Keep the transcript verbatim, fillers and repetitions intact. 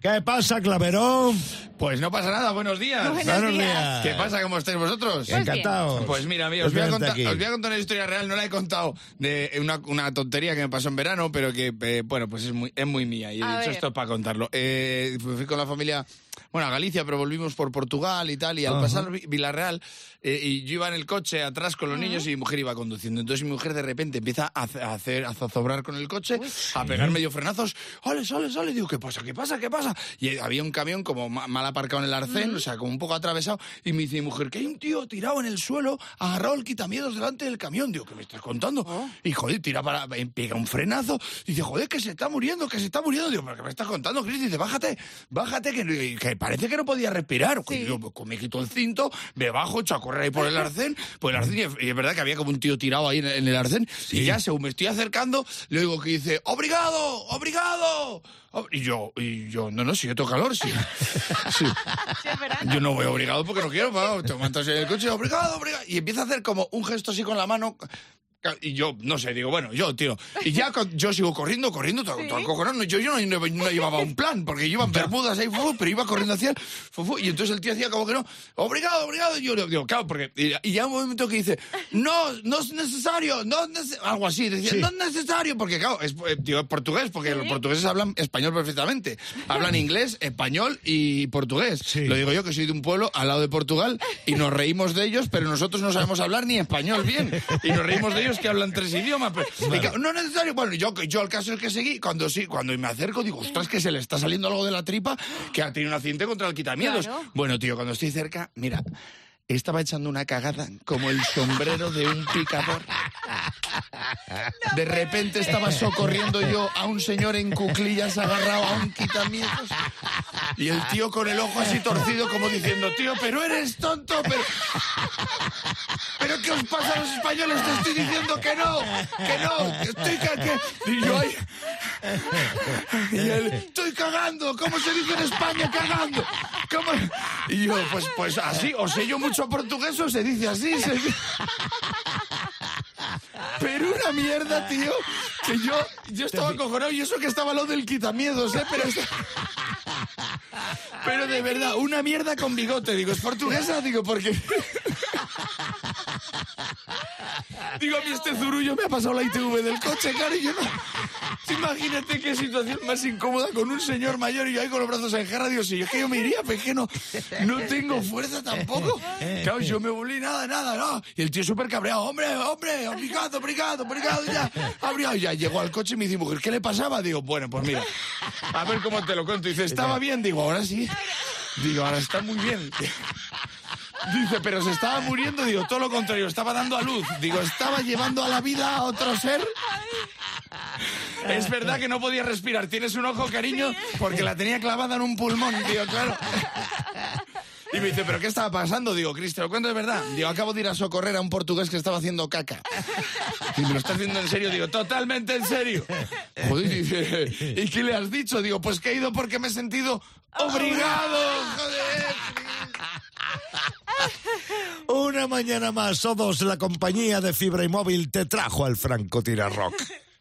¿Qué pasa, Claverón? Pues no pasa nada, buenos días. Buenos Buenos días. días. ¿Qué pasa? ¿Cómo estáis vosotros? Pues Encantado. Pues mira, amigos, os voy, a Vente contar, aquí. os voy a contar una historia real. No la he contado de una, una tontería que me pasó en verano, pero que, eh, bueno, pues es muy, es muy mía. Y he A dicho ver. esto para contarlo. Eh, fui con la familia, bueno, a Galicia, pero volvimos por Portugal y tal. Y al Ajá. pasar Vi- Vilarreal, eh, y yo iba en el coche atrás con los Ujú. niños y mi mujer iba conduciendo. Entonces mi mujer de repente empieza a, hace- a hacer, a zozobrar con el coche, a pegar medio frenazos. ¡Ole, ole, ole! Digo, ¿qué pasa? ¿Qué pasa? ¿Qué pasa? Y había un camión como ma- mal aparcado en el arcén, o sea, como un poco atravesado. Y me dice mi mujer que hay un tío tirado en el suelo, agarrado el quitamiedos delante del camión. Digo, ¿qué me estás contando? Oh. Y joder, tira para, pega un frenazo. Y dice, joder, que se está muriendo, que se está muriendo. Digo, ¿pero qué me estás contando, Cris? Dice, bájate, bájate, que, que parece que no podía respirar. Sí. Digo, pues me quito el cinto, me bajo, echo a correr ahí por el arcén. Por el arcén, y es- y es verdad que había como un tío tirado ahí en, en el arcén. Y ya, según me estoy acercando, le digo que dice, ¡obrigado! ¡Obrigado! Ob- Y yo, y yo, no, no, si yo tengo calor, sí. Sí. Sí, es verano. Yo no voy obligado porque no quiero, pero te montas en el coche, obligado, obligado. Y empieza a hacer como un gesto así con la mano. Y yo, no sé, digo, bueno, yo, tío. Y ya con- yo sigo corriendo, corriendo, todo, ¿Sí? todo acojonado. Yo, yo no, no- no llevaba un plan, porque yo iba en bermudas ahí, fu, pero iba corriendo hacia él. fu, fu, y entonces el tío hacía como que no, obligado, obligado. Y yo le digo, claro, porque. Y, y ya un momento que dice, no, no es necesario, no es nece-", algo así. Decía, Sí. no es necesario, porque claro, es, eh, digo, es portugués, porque Sí. los portugueses hablan español perfectamente. Hablan inglés, español y portugués. Sí. Lo digo yo, que soy de un pueblo al lado de Portugal y nos reímos de ellos, pero nosotros no sabemos hablar ni español bien. Y nos reímos de ellos que hablan tres idiomas. Pero, y claro, no es necesario. Bueno, yo, yo el caso es que seguí. Cuando sí, cuando me acerco, digo, ostras, que se le está saliendo algo de la tripa, que ha tenido un accidente contra el quitamiedos. Claro. Bueno, tío, cuando estoy cerca, mira, estaba echando una cagada como el sombrero de un picador. De repente estaba socorriendo yo a un señor en cuclillas agarrado a un quitamiedos. Y el tío con el ojo así torcido como diciendo, tío, pero eres tonto, pero... ¿Pero qué os pasa a los españoles? Te estoy diciendo que no, que no, que estoy cagando. Y yo ahí... Y él, estoy cagando, ¿cómo se dice en España cagando? ¿Cómo? Y yo, pues, pues así, o sé yo mucho portugués o se dice así. Se dice... Pero una mierda, tío, que yo, yo estaba acojonado y eso que estaba lo del quitamiedos, ¿eh? Pero, es- pero de verdad, una mierda con bigote. Digo, ¿es portuguesa? Digo, porque... Digo, a mí este zurullo me ha pasado la I T V del coche, claro, y yo no... Imagínate qué situación más incómoda con un señor mayor y yo ahí con los brazos en jarra. Digo, si yo es que yo me iría, pero es que no, no tengo fuerza tampoco. Claro, yo me volví nada, nada, no. Y el tío súper cabreado, hombre, hombre, obrigado, obrigado, obrigado, ya, obrigado. Ya llegó al coche y me dice, mujer, ¿qué le pasaba? Digo, bueno, pues mira, a ver cómo te lo cuento. Dice, ¿estaba bien? Digo, ahora sí. Digo, ahora está muy bien. Dice, pero se estaba muriendo. Digo, todo lo contrario, estaba dando a luz. Digo, estaba llevando a la vida a otro ser. Es verdad que no podía respirar. Tienes un ojo, cariño, porque la tenía clavada en un pulmón. Digo, claro. Y me dice, ¿pero qué estaba pasando? Digo, Cris, te lo cuento de verdad. Digo, acabo de ir a socorrer a un portugués que estaba haciendo caca. Y me lo estás haciendo en serio. Digo, totalmente en serio. Joder, dice, ¿y qué le has dicho? Digo, pues que he ido porque me he sentido obligado. Joder. Una mañana más, todos, la compañía de fibra y móvil te trajo al francotirador rock.